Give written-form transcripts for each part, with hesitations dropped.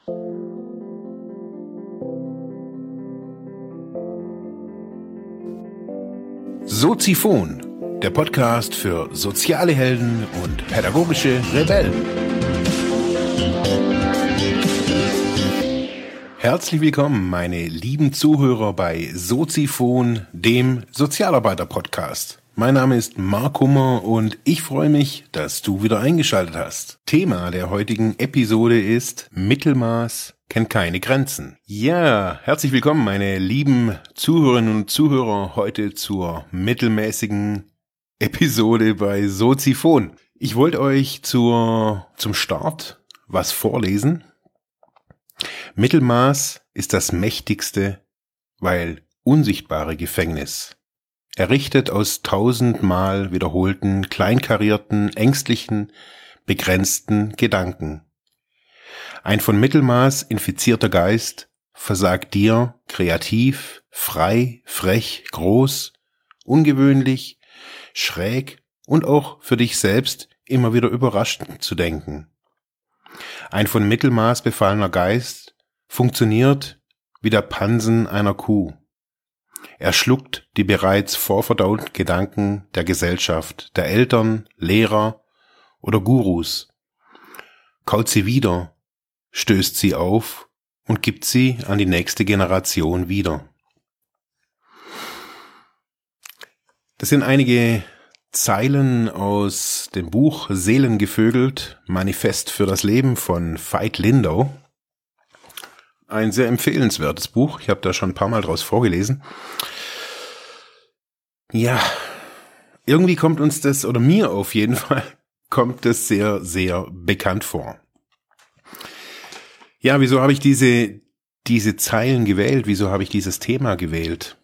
Soziphon, der Podcast für soziale Helden und pädagogische Rebellen. Herzlich willkommen, meine lieben Zuhörer bei Soziphon, dem Sozialarbeiter-Podcast. Mein Name ist Mark Hummer und ich freue mich, dass du wieder eingeschaltet hast. Thema der heutigen Episode ist Mittelmaß kennt keine Grenzen. Ja, herzlich willkommen, meine lieben Zuhörerinnen und Zuhörer, heute zur mittelmäßigen Episode bei Soziphon. Ich wollte euch zum Start was vorlesen. Mittelmaß ist das mächtigste, weil unsichtbare Gefängnis. Errichtet aus 1000-mal wiederholten, kleinkarierten, ängstlichen, begrenzten Gedanken. Ein von Mittelmaß infizierter Geist versagt dir kreativ, frei, frech, groß, ungewöhnlich, schräg und auch für dich selbst immer wieder überraschend zu denken. Ein von Mittelmaß befallener Geist funktioniert wie der Pansen einer Kuh. Er schluckt die bereits vorverdauten Gedanken der Gesellschaft, der Eltern, Lehrer oder Gurus, kaut sie wieder, stößt sie auf und gibt sie an die nächste Generation wieder. Das sind einige Zeilen aus dem Buch Seelengevögelt, Manifest für das Leben von Veit Lindau. Ein sehr empfehlenswertes Buch. Ich habe da schon ein paar Mal draus vorgelesen. Ja, irgendwie kommt uns das, oder mir auf jeden Fall, kommt das sehr, sehr bekannt vor. Ja, wieso habe ich diese Zeilen gewählt? Wieso habe ich dieses Thema gewählt?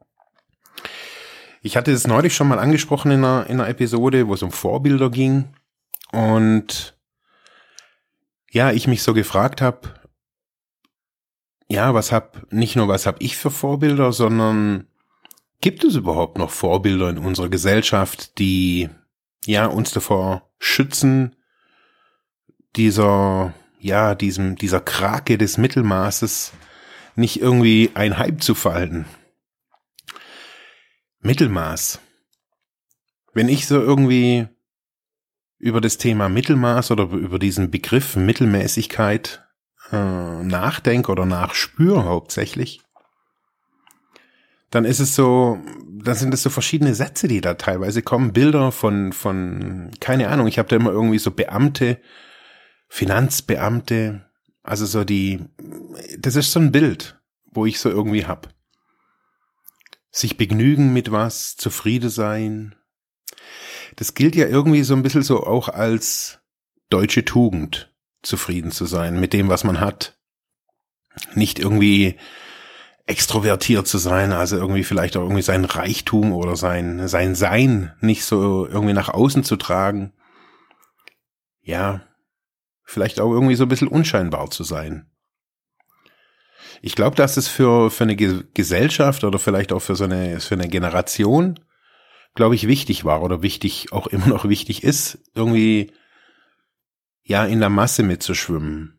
Ich hatte es neulich schon mal angesprochen in einer Episode, wo es um Vorbilder ging. Und ja, ich mich so gefragt habe, ja, was hab ich für Vorbilder, sondern gibt es überhaupt noch Vorbilder in unserer Gesellschaft, die ja uns davor schützen, dieser Krake des Mittelmaßes nicht irgendwie ein Hype zu fallen? Mittelmaß. Wenn ich so irgendwie über das Thema Mittelmaß oder über diesen Begriff Mittelmäßigkeit nachdenke oder nachspüre hauptsächlich, dann sind es so verschiedene Sätze, die da teilweise kommen, Bilder von keine Ahnung, ich habe da immer irgendwie so Beamte, Finanzbeamte, also das ist so ein Bild, wo ich so irgendwie hab. Sich begnügen mit was, zufrieden sein. Das gilt ja irgendwie so ein bisschen so auch als deutsche Tugend, zufrieden zu sein mit dem, was man hat. Nicht irgendwie extrovertiert zu sein, also irgendwie vielleicht auch irgendwie sein Reichtum oder sein Sein nicht so irgendwie nach außen zu tragen. Ja, vielleicht auch irgendwie so ein bisschen unscheinbar zu sein. Ich glaube, dass es für eine Gesellschaft oder vielleicht auch für eine Generation, glaube ich, wichtig war oder auch immer noch wichtig ist, irgendwie ja in der Masse mitzuschwimmen.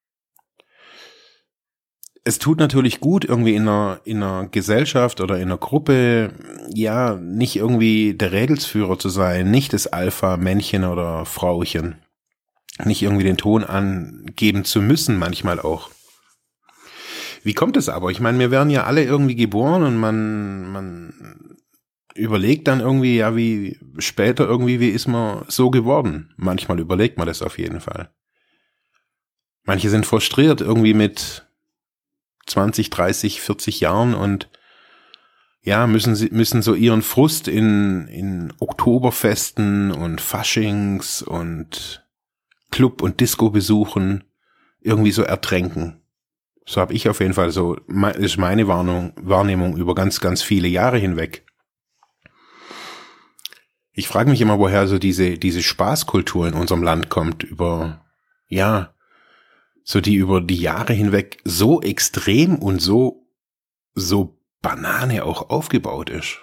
Es tut natürlich gut, irgendwie in einer Gesellschaft oder in einer Gruppe, ja, nicht irgendwie der Rädelsführer zu sein, nicht das Alpha-Männchen oder Frauchen, nicht irgendwie den Ton angeben zu müssen, manchmal auch. Wie kommt es aber? Ich meine, wir werden ja alle irgendwie geboren und man überlegt dann irgendwie, ja, wie später irgendwie, wie ist man so geworden? Manchmal überlegt man das auf jeden Fall. Manche sind frustriert irgendwie mit 20, 30, 40 Jahren und ja, müssen so ihren Frust in Oktoberfesten und Faschings und Club- und Disco-Besuchen irgendwie so ertränken. So habe ich auf jeden Fall ist meine Wahrnehmung über ganz, ganz viele Jahre hinweg. Ich frage mich immer, woher so diese Spaßkultur in unserem Land kommt, über die Jahre hinweg so extrem und so Banane auch aufgebaut ist.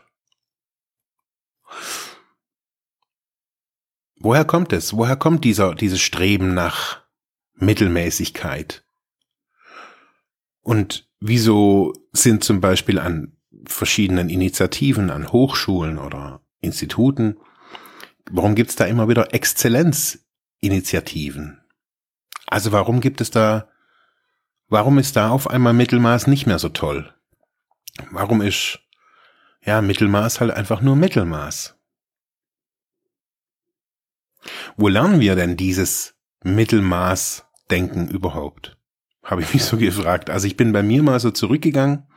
Woher kommt es? Woher kommt dieses Streben nach Mittelmäßigkeit? Und wieso sind zum Beispiel an verschiedenen Initiativen, an Hochschulen oder Instituten, warum gibt es da immer wieder Exzellenzinitiativen? Also warum ist da auf einmal Mittelmaß nicht mehr so toll? Warum ist, Mittelmaß halt einfach nur Mittelmaß? Wo lernen wir denn dieses Mittelmaß-Denken überhaupt? Habe ich mich so gefragt. Also ich bin bei mir mal so zurückgegangen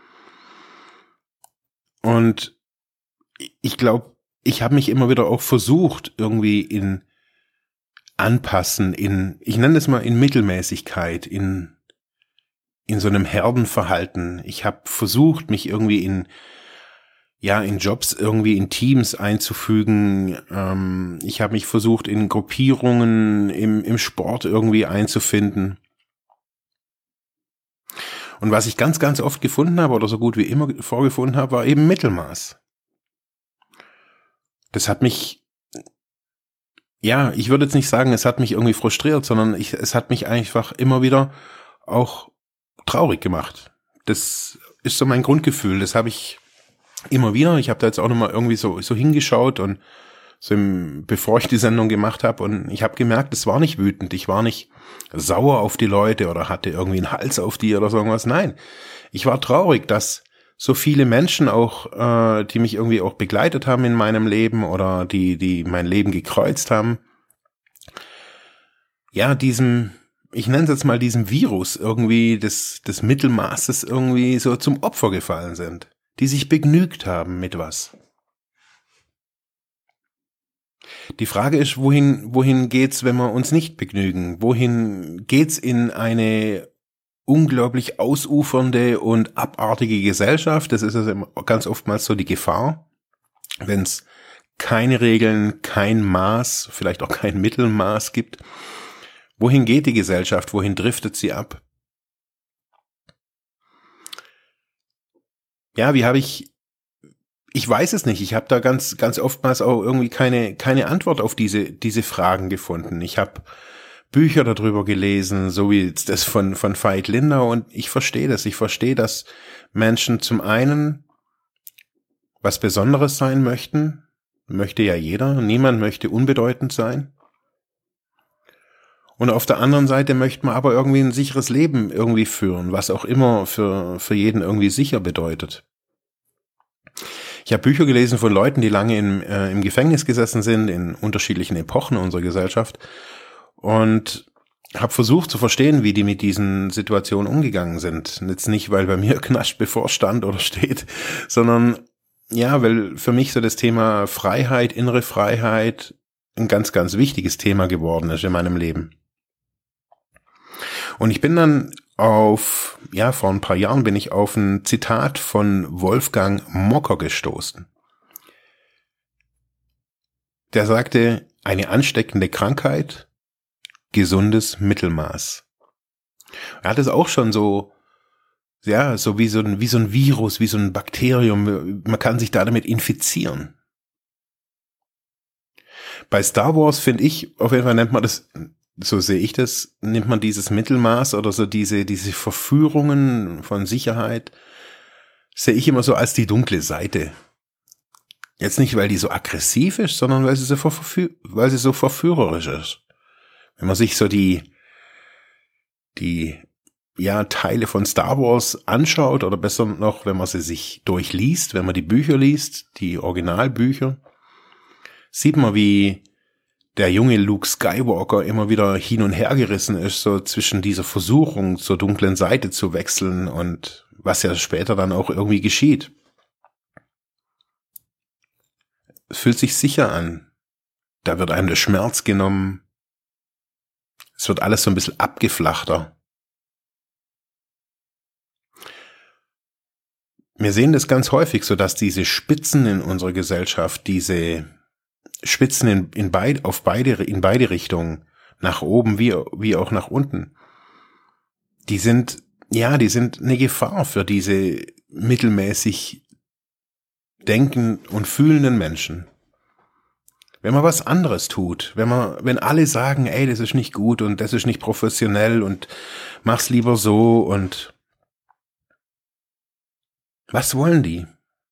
und ich glaube, ich habe mich immer wieder auch versucht, irgendwie in Anpassen, ich nenne es mal in Mittelmäßigkeit, in so einem Herdenverhalten. Ich habe versucht, mich irgendwie in Jobs irgendwie in Teams einzufügen. Ich habe mich versucht, in Gruppierungen im Sport irgendwie einzufinden. Und was ich ganz, ganz oft gefunden habe oder so gut wie immer vorgefunden habe, war eben Mittelmaß. Das hat mich, ich würde jetzt nicht sagen, es hat mich irgendwie frustriert, sondern es hat mich einfach immer wieder auch traurig gemacht. Das ist so mein Grundgefühl. Das habe ich immer wieder. Ich habe da jetzt auch nochmal irgendwie so hingeschaut und bevor ich die Sendung gemacht habe, und ich habe gemerkt, es war nicht wütend, ich war nicht sauer auf die Leute oder hatte irgendwie einen Hals auf die oder so irgendwas. Nein, ich war traurig, dass so viele Menschen auch, die mich irgendwie auch begleitet haben in meinem Leben oder die mein Leben gekreuzt haben, ich nenne es jetzt mal diesem Virus irgendwie des Mittelmaßes irgendwie so zum Opfer gefallen sind, die sich begnügt haben mit was. Die Frage ist, wohin geht's, wenn wir uns nicht begnügen? Wohin geht's in eine unglaublich ausufernde und abartige Gesellschaft? Das ist also ganz oftmals so die Gefahr, wenn es keine Regeln, kein Maß, vielleicht auch kein Mittelmaß gibt. Wohin geht die Gesellschaft? Wohin driftet sie ab? Ja, ich weiß es nicht. Ich habe da ganz, ganz oftmals auch irgendwie keine Antwort auf diese Fragen gefunden. Ich habe Bücher darüber gelesen, so wie jetzt das von Veit Lindau, und ich verstehe das. Ich verstehe, dass Menschen zum einen was Besonderes sein möchten. Möchte ja jeder. Niemand möchte unbedeutend sein. Und auf der anderen Seite möchte man aber irgendwie ein sicheres Leben irgendwie führen, was auch immer für jeden irgendwie sicher bedeutet. Ich habe Bücher gelesen von Leuten, die lange im Gefängnis gesessen sind, in unterschiedlichen Epochen unserer Gesellschaft, und habe versucht zu verstehen, wie die mit diesen Situationen umgegangen sind. Jetzt nicht, weil bei mir Knast bevorstand oder steht, sondern weil für mich so das Thema Freiheit, innere Freiheit ein ganz, ganz wichtiges Thema geworden ist in meinem Leben. Und ich bin dann vor ein paar Jahren bin ich auf ein Zitat von Wolfgang Mocker gestoßen. Der sagte, eine ansteckende Krankheit, gesundes Mittelmaß. Er hat es auch schon so wie so ein Virus, wie so ein Bakterium. Man kann sich damit infizieren. Bei Star Wars, finde ich, auf jeden Fall nennt man das, so sehe ich das, nimmt man dieses Mittelmaß oder so diese Verführungen von Sicherheit, sehe ich immer so als die dunkle Seite. Jetzt nicht, weil die so aggressiv ist, sondern weil sie so verführerisch ist. Wenn man sich so die Teile von Star Wars anschaut, oder besser noch, wenn man sie sich durchliest, wenn man die Bücher liest, die Originalbücher, sieht man, wie der junge Luke Skywalker immer wieder hin und her gerissen ist, so zwischen dieser Versuchung zur dunklen Seite zu wechseln und was ja später dann auch irgendwie geschieht. Es fühlt sich sicher an. Da wird einem der Schmerz genommen. Es wird alles so ein bisschen abgeflachter. Wir sehen das ganz häufig, so dass diese Spitzen in unserer Gesellschaft, diese Spitzen in beide Richtungen, nach oben wie auch nach unten, die sind eine Gefahr für diese mittelmäßig denken und fühlenden Menschen. Wenn man was anderes tut, wenn alle sagen, ey, das ist nicht gut und das ist nicht professionell und mach's lieber so, und Was wollen die?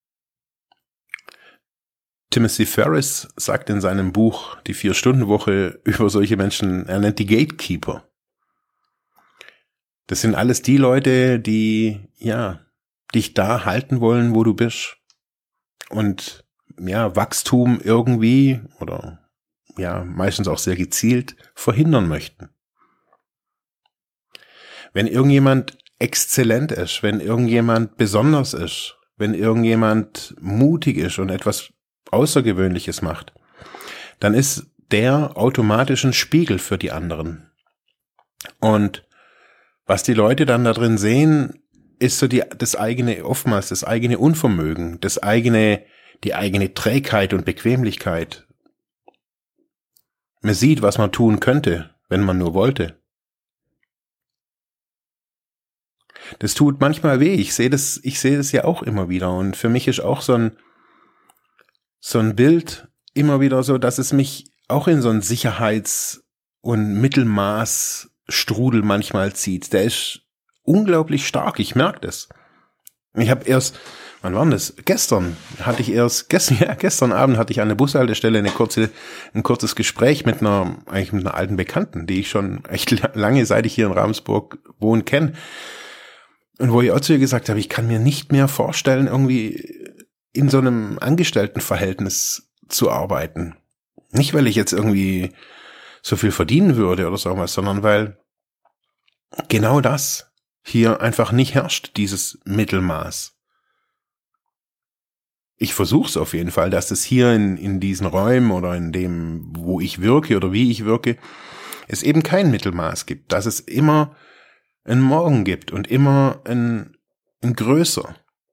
Timothy Ferriss sagt in seinem Buch Die 4-Stunden-Woche über solche Menschen, er nennt die Gatekeeper. Das sind alles die Leute, die, dich da halten wollen, wo du bist. Und, Wachstum irgendwie oder, meistens auch sehr gezielt verhindern möchten. Wenn irgendjemand exzellent ist, wenn irgendjemand besonders ist, wenn irgendjemand mutig ist und etwas Außergewöhnliches macht, dann ist der automatisch ein Spiegel für die anderen. Und was die Leute dann da drin sehen, ist so oftmals das eigene Unvermögen, die eigene Trägheit und Bequemlichkeit. Man sieht, was man tun könnte, wenn man nur wollte. Das tut manchmal weh. Ich sehe das ja auch immer wieder. Und für mich ist auch so ein Bild immer wieder so, dass es mich auch in so einen Sicherheits- und Mittelmaß-Strudel manchmal zieht. Der ist unglaublich stark. Ich merke das. Ich habe erst, wann war das? Gestern Abend hatte ich an der Bushaltestelle ein kurzes Gespräch mit einer alten Bekannten, die ich schon echt lange, seit ich hier in Ravensburg wohne, kenne. Und wo ich auch zu ihr gesagt habe, ich kann mir nicht mehr vorstellen, irgendwie in so einem Angestelltenverhältnis zu arbeiten. Nicht, weil ich jetzt irgendwie so viel verdienen würde oder so was, sondern weil genau das hier einfach nicht herrscht, dieses Mittelmaß. Ich versuche es auf jeden Fall, dass es hier in diesen Räumen oder in dem, wo ich wirke oder wie ich wirke, es eben kein Mittelmaß gibt, dass es immer ein Morgen gibt und immer ein größer.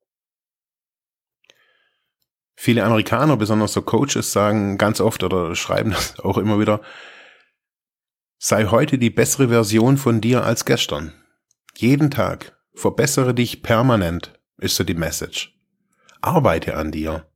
Viele Amerikaner, besonders so Coaches, sagen ganz oft oder schreiben das auch immer wieder, sei heute die bessere Version von dir als gestern. Jeden Tag. Verbessere dich permanent, ist so die Message. Arbeite an dir.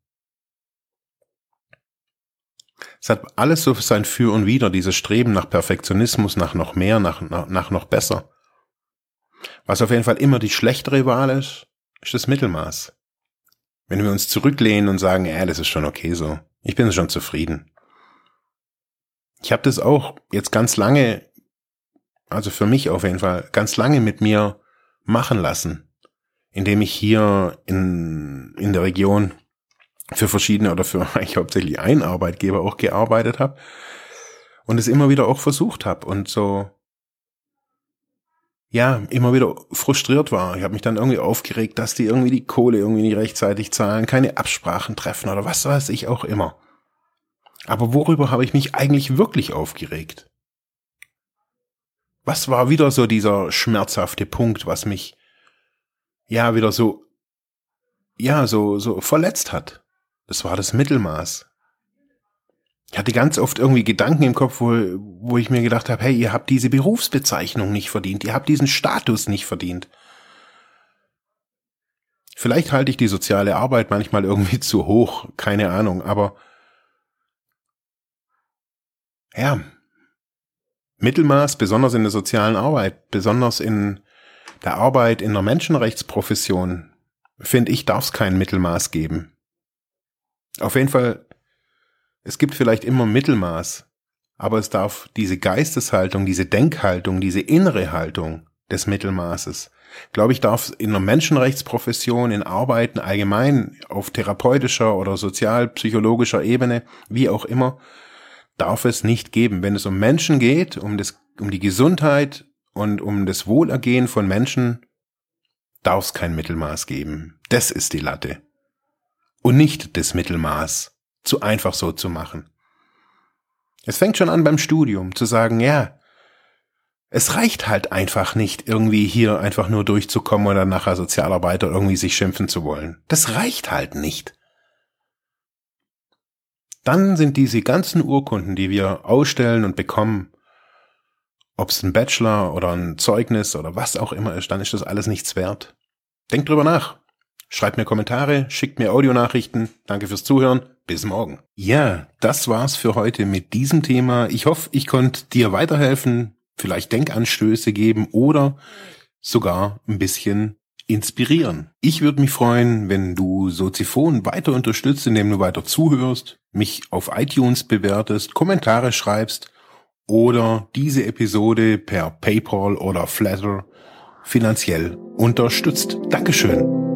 Es hat alles so sein Für und Wider, dieses Streben nach Perfektionismus, nach noch mehr, nach noch besser. Was auf jeden Fall immer die schlechtere Wahl ist das Mittelmaß. Wenn wir uns zurücklehnen und sagen, das ist schon okay so, ich bin schon zufrieden. Ich habe das auch jetzt ganz lange, also für mich auf jeden Fall, ganz lange mit mir machen lassen, indem ich hier in der Region für verschiedene oder für eigentlich hauptsächlich einen Arbeitgeber auch gearbeitet habe und es immer wieder auch versucht habe und so, immer wieder frustriert war. Ich habe mich dann irgendwie aufgeregt, dass die irgendwie die Kohle irgendwie nicht rechtzeitig zahlen, keine Absprachen treffen oder was weiß ich auch immer. Aber worüber habe ich mich eigentlich wirklich aufgeregt? Was war wieder so dieser schmerzhafte Punkt, was mich wieder so verletzt hat? Das war das Mittelmaß. Ich hatte ganz oft irgendwie Gedanken im Kopf, wo ich mir gedacht habe, hey, ihr habt diese Berufsbezeichnung nicht verdient, ihr habt diesen Status nicht verdient. Vielleicht halte ich die soziale Arbeit manchmal irgendwie zu hoch, keine Ahnung, aber Mittelmaß, besonders in der sozialen Arbeit, besonders in der Arbeit in einer Menschenrechtsprofession, finde ich, darf es kein Mittelmaß geben. Auf jeden Fall, es gibt vielleicht immer Mittelmaß, aber es darf diese Geisteshaltung, diese Denkhaltung, diese innere Haltung des Mittelmaßes, glaube ich, darf in einer Menschenrechtsprofession, in Arbeiten allgemein, auf therapeutischer oder sozialpsychologischer Ebene, wie auch immer, darf es nicht geben. Wenn es um Menschen geht, um die Gesundheit und um das Wohlergehen von Menschen, darf es kein Mittelmaß geben. Das ist die Latte. Und nicht das Mittelmaß zu einfach so zu machen. Es fängt schon an beim Studium, zu sagen, es reicht halt einfach nicht, irgendwie hier einfach nur durchzukommen oder nachher Sozialarbeiter irgendwie sich schimpfen zu wollen. Das reicht halt nicht. Dann sind diese ganzen Urkunden, die wir ausstellen und bekommen, ob es ein Bachelor oder ein Zeugnis oder was auch immer ist, dann ist das alles nichts wert. Denkt drüber nach. Schreibt mir Kommentare, schickt mir Audionachrichten. Danke fürs Zuhören. Bis morgen. Ja, das war's für heute mit diesem Thema. Ich hoffe, ich konnte dir weiterhelfen, vielleicht Denkanstöße geben oder sogar ein bisschen inspirieren. Ich würde mich freuen, wenn du Soziphon weiter unterstützt, indem du weiter zuhörst, mich auf iTunes bewertest, Kommentare schreibst oder diese Episode per PayPal oder Flattr finanziell unterstützt. Dankeschön.